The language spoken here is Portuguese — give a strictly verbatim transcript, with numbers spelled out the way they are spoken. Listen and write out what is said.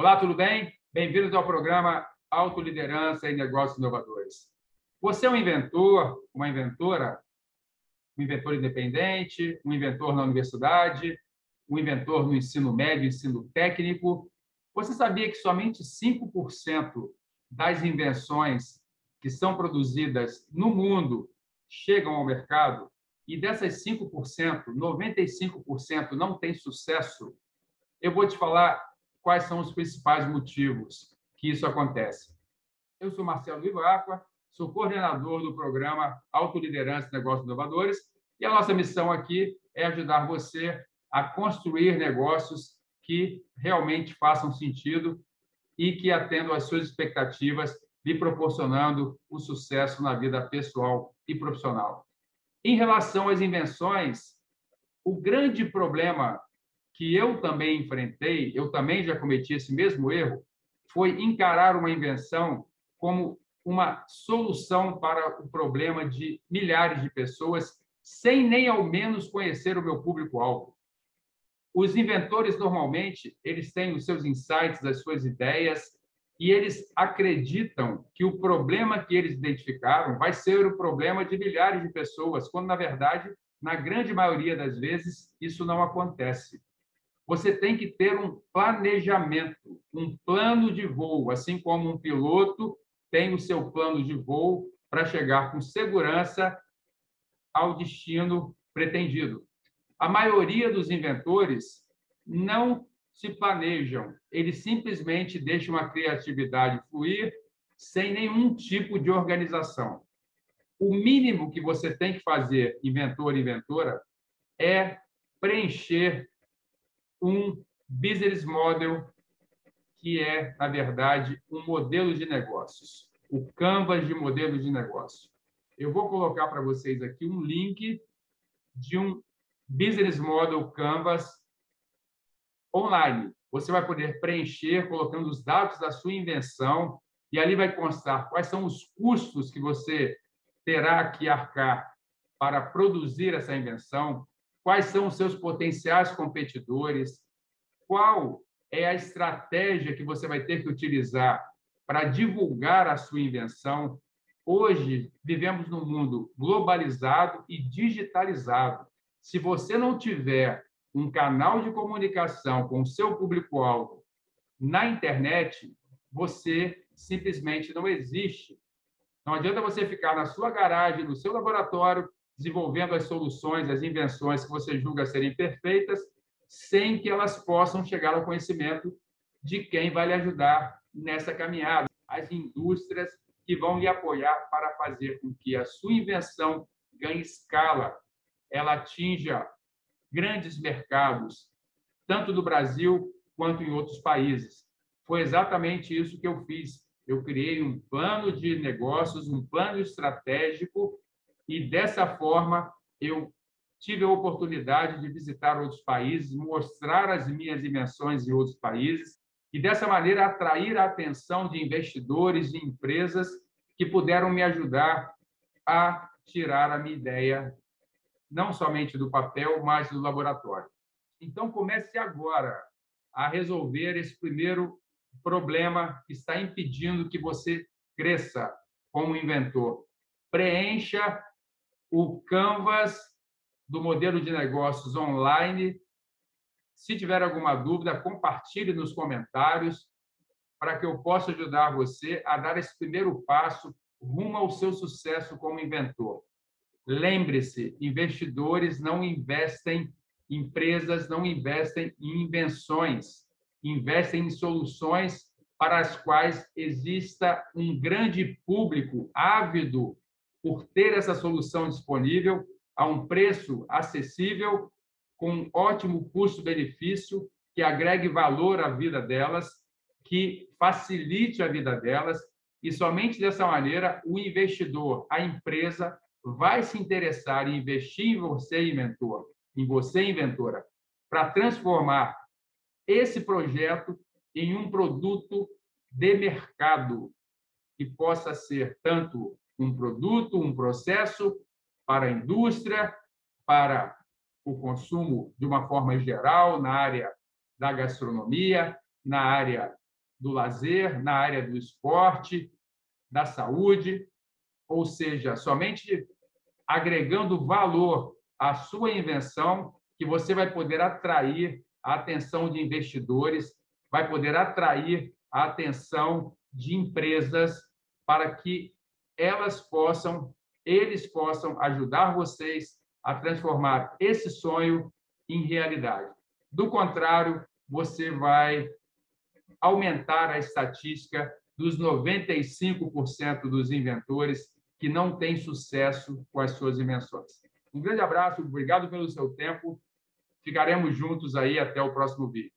Olá, tudo bem? Bem-vindos ao programa Autoliderança e Negócios Inovadores. Você é um inventor, uma inventora, um inventor independente, um inventor na universidade, um inventor no ensino médio, ensino técnico. Você sabia que somente cinco por cento das invenções que são produzidas no mundo chegam ao mercado? E dessas cinco por cento, noventa e cinco por cento não tem sucesso? Eu vou te falar quais são os principais motivos que isso acontece. Eu sou Marcelo Ivacqua, sou coordenador do programa Autoliderança e Negócios Inovadores, e a nossa missão aqui é ajudar você a construir negócios que realmente façam sentido e que atendam às suas expectativas, lhe proporcionando o sucesso na vida pessoal e profissional. Em relação às invenções, o grande problema que eu também enfrentei, eu também já cometi esse mesmo erro, foi encarar uma invenção como uma solução para o problema de milhares de pessoas, sem nem ao menos conhecer o meu público-alvo. Os inventores, normalmente, eles têm os seus insights, as suas ideias, e eles acreditam que o problema que eles identificaram vai ser o problema de milhares de pessoas, quando, na verdade, na grande maioria das vezes, isso não acontece. Você tem que ter um planejamento, um plano de voo, assim como um piloto tem o seu plano de voo para chegar com segurança ao destino pretendido. A maioria dos inventores não se planejam, eles simplesmente deixam a criatividade fluir sem nenhum tipo de organização. O mínimo que você tem que fazer, inventor e inventora, é preencher um business model, que é, na verdade, um modelo de negócios, o Canvas de modelos de negócio. Eu vou colocar para vocês aqui um link de um business model Canvas online. Você vai poder preencher colocando os dados da sua invenção e ali vai constar quais são os custos que você terá que arcar para produzir essa invenção, quais são os seus potenciais competidores, qual é a estratégia que você vai ter que utilizar para divulgar a sua invenção. Hoje, vivemos num mundo globalizado e digitalizado. Se você não tiver um canal de comunicação com o seu público-alvo na internet, você simplesmente não existe. Não adianta você ficar na sua garagem, no seu laboratório, desenvolvendo as soluções, as invenções que você julga serem perfeitas, sem que elas possam chegar ao conhecimento de quem vai lhe ajudar nessa caminhada. As indústrias que vão lhe apoiar para fazer com que a sua invenção ganhe escala, ela atinja grandes mercados, tanto do Brasil quanto em outros países. Foi exatamente isso que eu fiz. Eu criei um plano de negócios, um plano estratégico, e dessa forma eu tive a oportunidade de visitar outros países, mostrar as minhas invenções em outros países e, dessa maneira, atrair a atenção de investidores e empresas que puderam me ajudar a tirar a minha ideia, não somente do papel, mas do laboratório. Então, comece agora a resolver esse primeiro problema que está impedindo que você cresça como inventor. Preencha o Canvas do modelo de negócios online. Se tiver alguma dúvida, compartilhe nos comentários para que eu possa ajudar você a dar esse primeiro passo rumo ao seu sucesso como inventor. Lembre-se, investidores não investem, empresas não investem em invenções, investem em soluções para as quais exista um grande público ávido por ter essa solução disponível a um preço acessível, com um ótimo custo-benefício, que agregue valor à vida delas, que facilite a vida delas, e somente dessa maneira o investidor, a empresa, vai se interessar em investir em você, inventor, em você, inventora, para transformar esse projeto em um produto de mercado, que possa ser tanto um produto, um processo para a indústria, para o consumo de uma forma geral, na área da gastronomia, na área do lazer, na área do esporte, da saúde, ou seja, somente agregando valor à sua invenção que você vai poder atrair a atenção de investidores, vai poder atrair a atenção de empresas para que elas possam, eles possam ajudar vocês a transformar esse sonho em realidade. Do contrário, você vai aumentar a estatística dos noventa e cinco por cento dos inventores que não têm sucesso com as suas invenções. Um grande abraço, obrigado pelo seu tempo. Ficaremos juntos aí até o próximo vídeo.